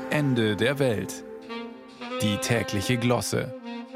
Ende der Welt. Die tägliche Glosse.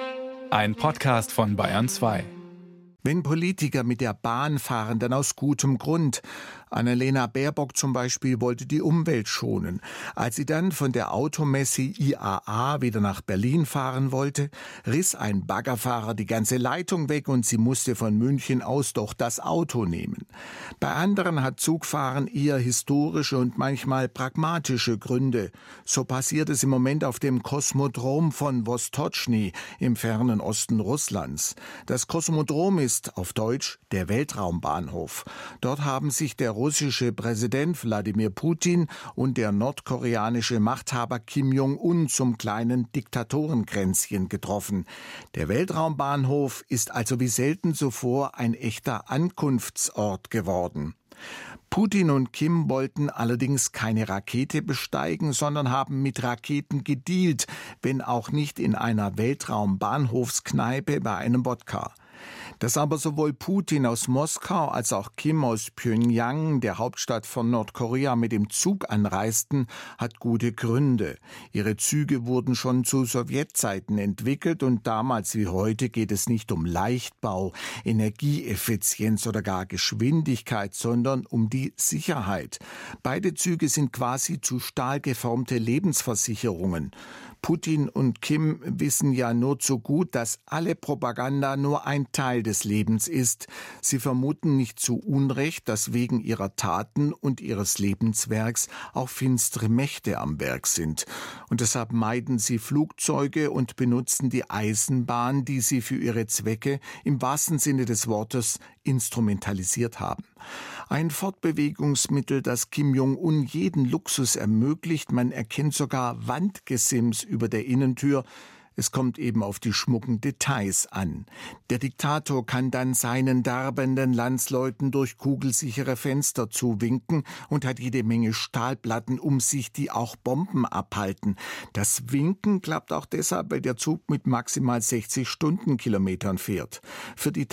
Ein Podcast von Bayern 2. Wenn Politiker mit der Bahn fahren, dann aus gutem Grund. Annalena Baerbock zum Beispiel wollte die Umwelt schonen. Als sie dann von der Automesse IAA wieder nach Berlin fahren wollte, riss ein Baggerfahrer die ganze Leitung weg und sie musste von München aus doch das Auto nehmen. Bei anderen hat Zugfahren eher historische und manchmal pragmatische Gründe. So passiert es im Moment auf dem Kosmodrom von Wostoczny im fernen Osten Russlands. Das Kosmodrom ist auf Deutsch der Weltraumbahnhof. Dort haben sich der russische Präsident Wladimir Putin und der nordkoreanische Machthaber Kim Jong-un zum kleinen Diktatorenkränzchen getroffen. Der Weltraumbahnhof ist also wie selten zuvor ein echter Ankunftsort geworden. Putin und Kim wollten allerdings keine Rakete besteigen, sondern haben mit Raketen gedealt, wenn auch nicht in einer Weltraumbahnhofskneipe bei einem Wodka. Dass aber sowohl Putin aus Moskau als auch Kim aus Pjöngjang, der Hauptstadt von Nordkorea, mit dem Zug anreisten, hat gute Gründe. Ihre Züge wurden schon zu Sowjetzeiten entwickelt und damals wie heute geht es nicht um Leichtbau, Energieeffizienz oder gar Geschwindigkeit, sondern um die Sicherheit. Beide Züge sind quasi zu Stahl geformte Lebensversicherungen. Putin und Kim wissen ja nur zu gut, dass alle Propaganda nur ein Teil des Lebens ist. Sie vermuten nicht zu Unrecht, dass wegen ihrer Taten und ihres Lebenswerks auch finstere Mächte am Werk sind. Und deshalb meiden sie Flugzeuge und benutzen die Eisenbahn, die sie für ihre Zwecke im wahrsten Sinne des Wortes instrumentalisiert haben. Ein Fortbewegungsmittel, das Kim Jong-un jeden Luxus ermöglicht. Man erkennt sogar Wandgesims über der Innentür. Es kommt eben auf die schmucken Details an. Der Diktator kann dann seinen darbenden Landsleuten durch kugelsichere Fenster zuwinken und hat jede Menge Stahlplatten um sich, die auch Bomben abhalten. Das Winken klappt auch deshalb, weil der Zug mit maximal 60 Stundenkilometern fährt. Für die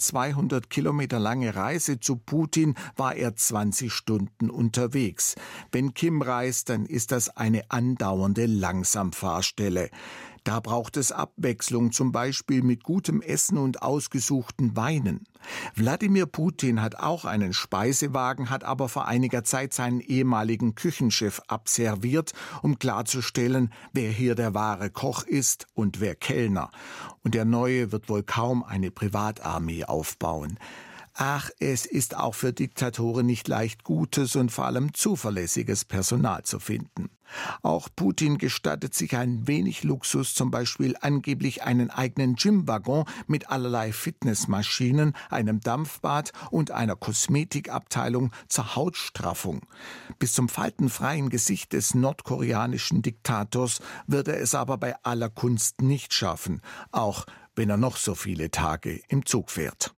1200 Kilometer lange Reise zu Putin war er 20 Stunden unterwegs. Wenn Kim reist, dann ist das eine andauernde Langsamfahrstelle. Da braucht es Abwechslung, zum Beispiel mit gutem Essen und ausgesuchten Weinen. Wladimir Putin hat auch einen Speisewagen, hat aber vor einiger Zeit seinen ehemaligen Küchenchef abserviert, um klarzustellen, wer hier der wahre Koch ist und wer Kellner. Und der Neue wird wohl kaum eine Privatarmee aufbauen. Ach, es ist auch für Diktatoren nicht leicht, gutes und vor allem zuverlässiges Personal zu finden. Auch Putin gestattet sich ein wenig Luxus, zum Beispiel angeblich einen eigenen Gymwaggon mit allerlei Fitnessmaschinen, einem Dampfbad und einer Kosmetikabteilung zur Hautstraffung. Bis zum faltenfreien Gesicht des nordkoreanischen Diktators wird er es aber bei aller Kunst nicht schaffen, auch wenn er noch so viele Tage im Zug fährt.